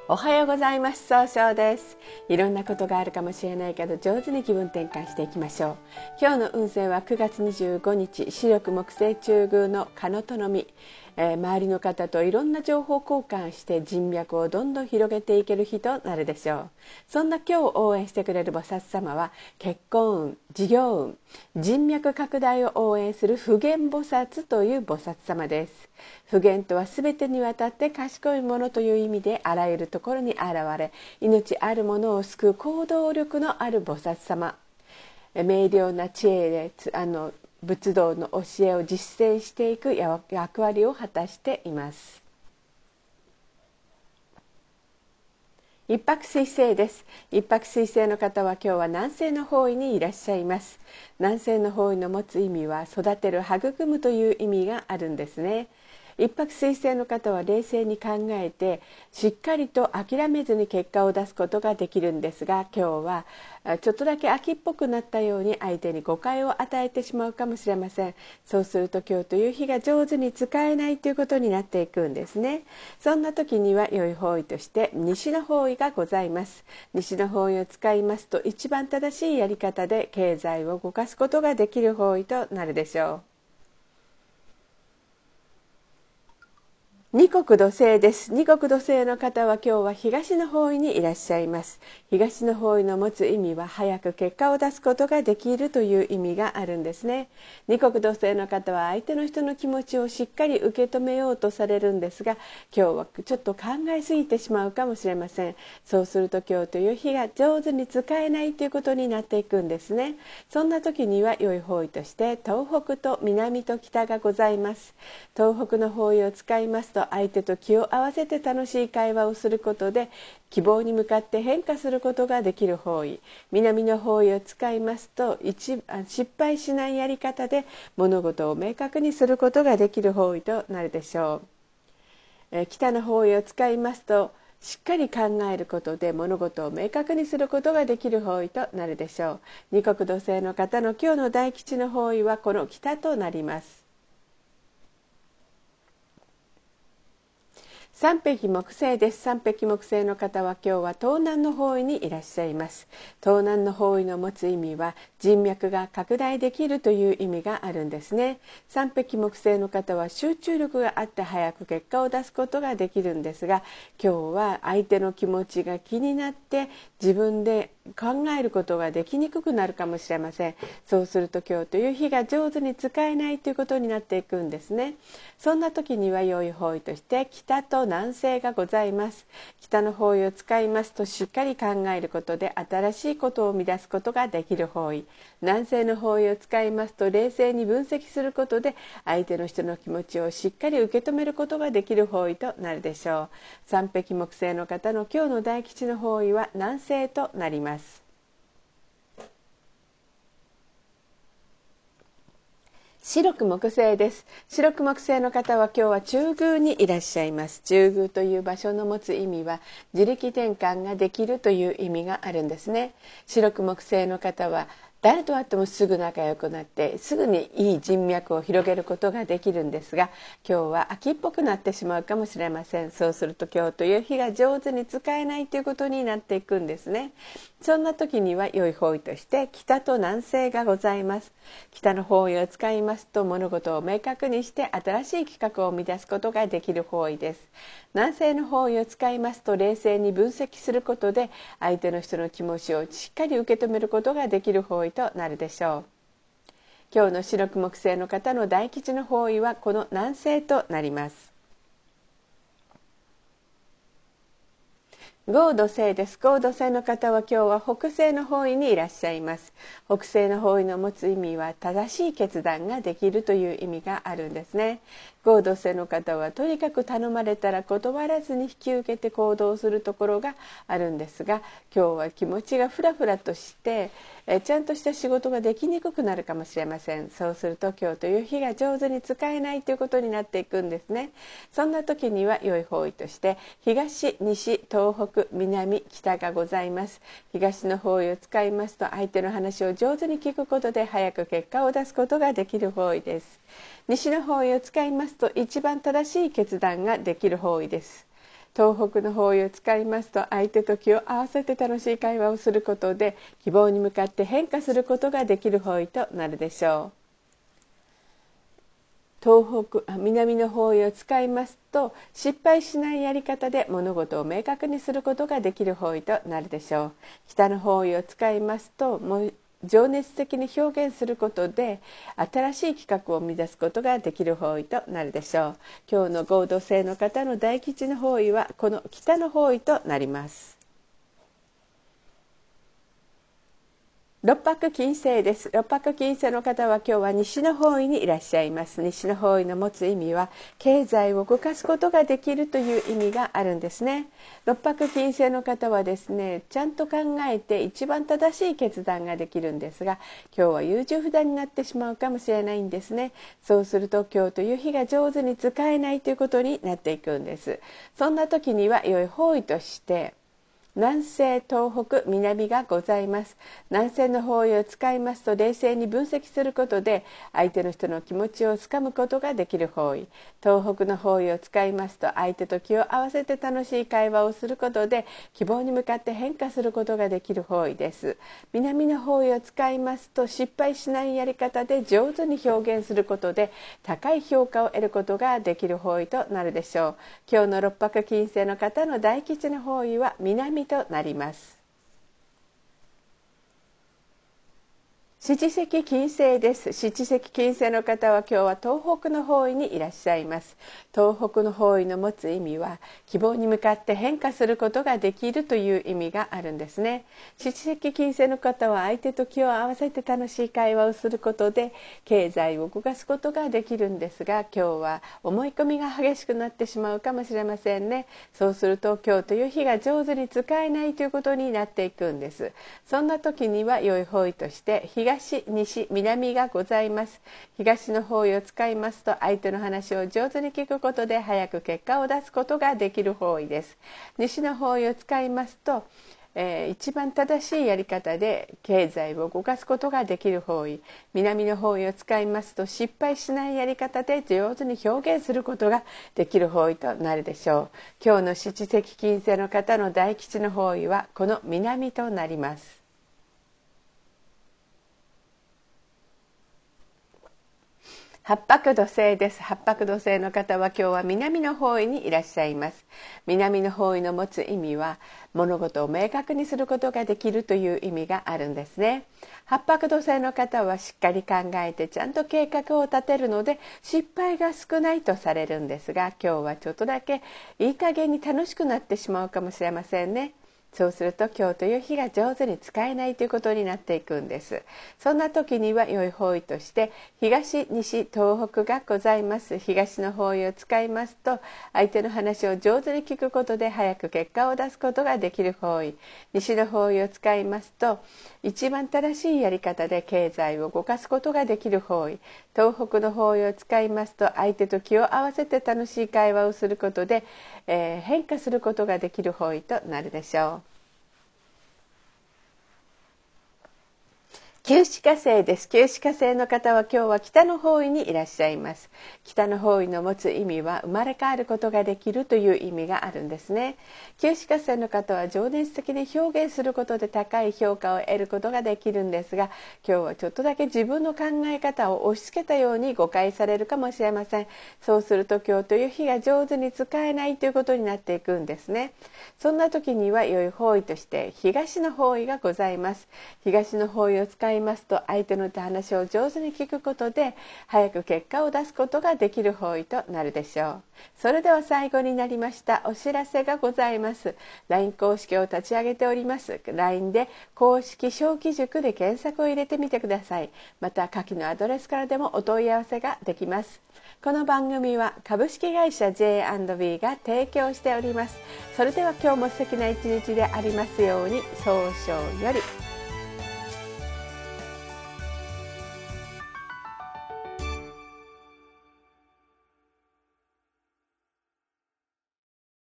おはようございます。総称です。いろんなことがあるかもしれないけど上手に気分転換していきましょう。今日の運勢は9月25日、視力木星中宮の庚との実、周りの方といろんな情報交換して人脈をどんどん広げていける日となるでしょう。そんな今日応援してくれる菩薩様は結婚運、事業運、人脈拡大を応援する普賢菩薩という菩薩様です。普賢とは全てにわたって賢いものという意味で、あらゆるところに現れ、命あるものを救う行動力のある菩薩様、明瞭な知恵で仏道の教えを実践していく役割を果たしています。一泊水星です。一泊水星の方は今日は南西の方位にいらっしゃいます。南西の方位の持つ意味は育てる、育むという意味があるんですね。一泊水星の方は冷静に考えてしっかりと諦めずに結果を出すことができるんですが、今日はちょっとだけ秋っぽくなったように相手に誤解を与えてしまうかもしれません。そうすると今日という日が上手に使えないということになっていくんですね。そんな時には良い方位として西の方位がございます。西の方位を使いますと一番正しいやり方で経済を動かすことができる方位となるでしょう。二国土星です。二国土星の方は今日は東の方位にいらっしゃいます。東の方位の持つ意味は早く結果を出すことができるという意味があるんですね。二国土星の方は相手の人の気持ちをしっかり受け止めようとされるんですが、今日はちょっと考えすぎてしまうかもしれません。そうすると今日という日が上手に使えないということになっていくんですね。そんな時には良い方位として東北と南と北がございます。東北の方位を使いますと相手と気を合わせて楽しい会話をすることで希望に向かって変化することができる方位、南の方位を使いますと失敗しないやり方で物事を明確にすることができる方位となるでしょう。北の方位を使いますとしっかり考えることで物事を明確にすることができる方位となるでしょう。二国土星の方の今日の大吉の方位はこの北となります。三匹木星です。三匹木星の方は今日は東南の方位にいらっしゃいます。東南の方位の持つ意味は人脈が拡大できるという意味があるんですね。三匹木星の方は集中力があって早く結果を出すことができるんですが、今日は相手の気持ちが気になって自分で考えることができにくくなるかもしれません。そうすると今日という日が上手に使えないということになっていくんですね。そんな時には良い方位として北と南西がございます。北の方位を使いますとしっかり考えることで新しいことを生み出すことができる方位、南西の方位を使いますと冷静に分析することで相手の人の気持ちをしっかり受け止めることができる方位となるでしょう。三匹木星の方の今日の大吉の方位は南西となります。白く木星です。白く木星の方は今日は中宮にいらっしゃいます。中宮という場所の持つ意味は自力転換ができるという意味があるんですね。白く木星の方は誰と会ってもすぐ仲良くなってすぐにいい人脈を広げることができるんですが、今日は秋っぽくなってしまうかもしれません。そうすると今日という日が上手に使えないということになっていくんですね。そんな時には良い方位として北と南西がございます。北の方位を使いますと物事を明確にして新しい企画を生み出すことができる方位です。南西の方位を使いますと冷静に分析することで相手の人の気持ちをしっかり受け止めることができる方位となるでしょう。今日の白く木星の方の大吉の方位はこの南西となります。合土星です。合土星の方は今日は北西の方位にいらっしゃいます。北西の方位の持つ意味は正しい決断ができるという意味があるんですね。合土星の方はとにかく頼まれたら断らずに引き受けて行動するところがあるんですが、今日は気持ちがフラフラとしてちゃんとした仕事ができにくくなるかもしれません。そうすると今日という日が上手に使えないということになっていくんですね。そんな時には良い方位として東、西、東北、南、北がございます。東の方位を使いますと相手の話を上手に聞くことで早く結果を出すことができる方位です。西の方位を使いますと一番正しい決断ができる方位です。 東北の方位を使いますと、相手と気を合わせて楽しい会話をすることで希望に向かって変化することができる方位となるでしょう。南の方位を使いますと、失敗しないやり方で物事を明確にすることができる方位となるでしょう。北の方位を使いますと、情熱的に表現することで新しい企画を生み出すことができる方位となるでしょう。今日の合同性の方の大吉の方位はこの北の方位となります。六白金星です。六白金星の方は今日は西の方位にいらっしゃいます。西の方位の持つ意味は経済を動かすことができるという意味があるんですね。六白金星の方はですね、ちゃんと考えて一番正しい決断ができるんですが、今日は優柔不断になってしまうかもしれないんですね。そうすると今日という日が上手に使えないということになっていくんです。そんな時には良い方位として南西、東北、南がございます。南西の方位を使いますと、冷静に分析することで相手の人の気持ちをつかむことができる方位。東北の方位を使いますと、相手と気を合わせて楽しい会話をすることで希望に向かって変化することができる方位です。南の方位を使いますと、失敗しないやり方で上手に表現することで高い評価を得ることができる方位となるでしょう。今日の六白金星の方の大吉の方位は南となります。七石金星です。七石金星の方は今日は東北の方位にいらっしゃいます。東北の方位の持つ意味は希望に向かって変化することができるという意味があるんですね。七石金星の方は相手と気を合わせて楽しい会話をすることで経済を動かすことができるんですが、今日は思い込みが激しくなってしまうかもしれませんね。そうすると今日という日が上手に使えないということになっていくんです。そんな時には良い方位として東、西、南がございます。東の方位を使いますと、相手の話を上手に聞くことで早く結果を出すことができる方位です。西の方位を使いますと、一番正しいやり方で経済を動かすことができる方位。南の方位を使いますと、失敗しないやり方で上手に表現することができる方位となるでしょう。今日の七石金星の方の大吉の方位はこの南となります。八白土星です。八白土星の方は今日は南の方位にいらっしゃいます。南の方位の持つ意味は物事を明確にすることができるという意味があるんですね。八白土星の方はしっかり考えてちゃんと計画を立てるので失敗が少ないとされるんですが、今日はちょっとだけいい加減に楽しくなってしまうかもしれませんね。そうすると今日という日が上手に使えないということになっていくんです。そんな時には良い方位として東、西、東北がございます。東の方位を使いますと、相手の話を上手に聞くことで早く結果を出すことができる方位。西の方位を使いますと、一番正しいやり方で経済を動かすことができる方位。東北の方位を使いますと、相手と気を合わせて楽しい会話をすることで、変化することができる方位となるでしょう。九紫火星です。九紫火星の方は今日は北の方位にいらっしゃいます。北の方位の持つ意味は生まれ変わることができるという意味があるんですね。九紫火星の方は情熱的に表現することで高い評価を得ることができるんですが、今日はちょっとだけ自分の考え方を押し付けたように誤解されるかもしれません。そうすると今日という日が上手に使えないということになっていくんですね。そんな時には良い方位として東の方位がございます。東の方位を使いますと、相手の話を上手に聞くことで早く結果を出すことができる方位となるでしょう。それでは最後になりましたお知らせがございます。 LINE 公式を立ち上げております。 LINE で公式小規塾で検索を入れてみてください。また下記のアドレスからでもお問い合わせができます。この番組は株式会社 J&B が提供しております。それでは今日も素敵な一日でありますように。早々より。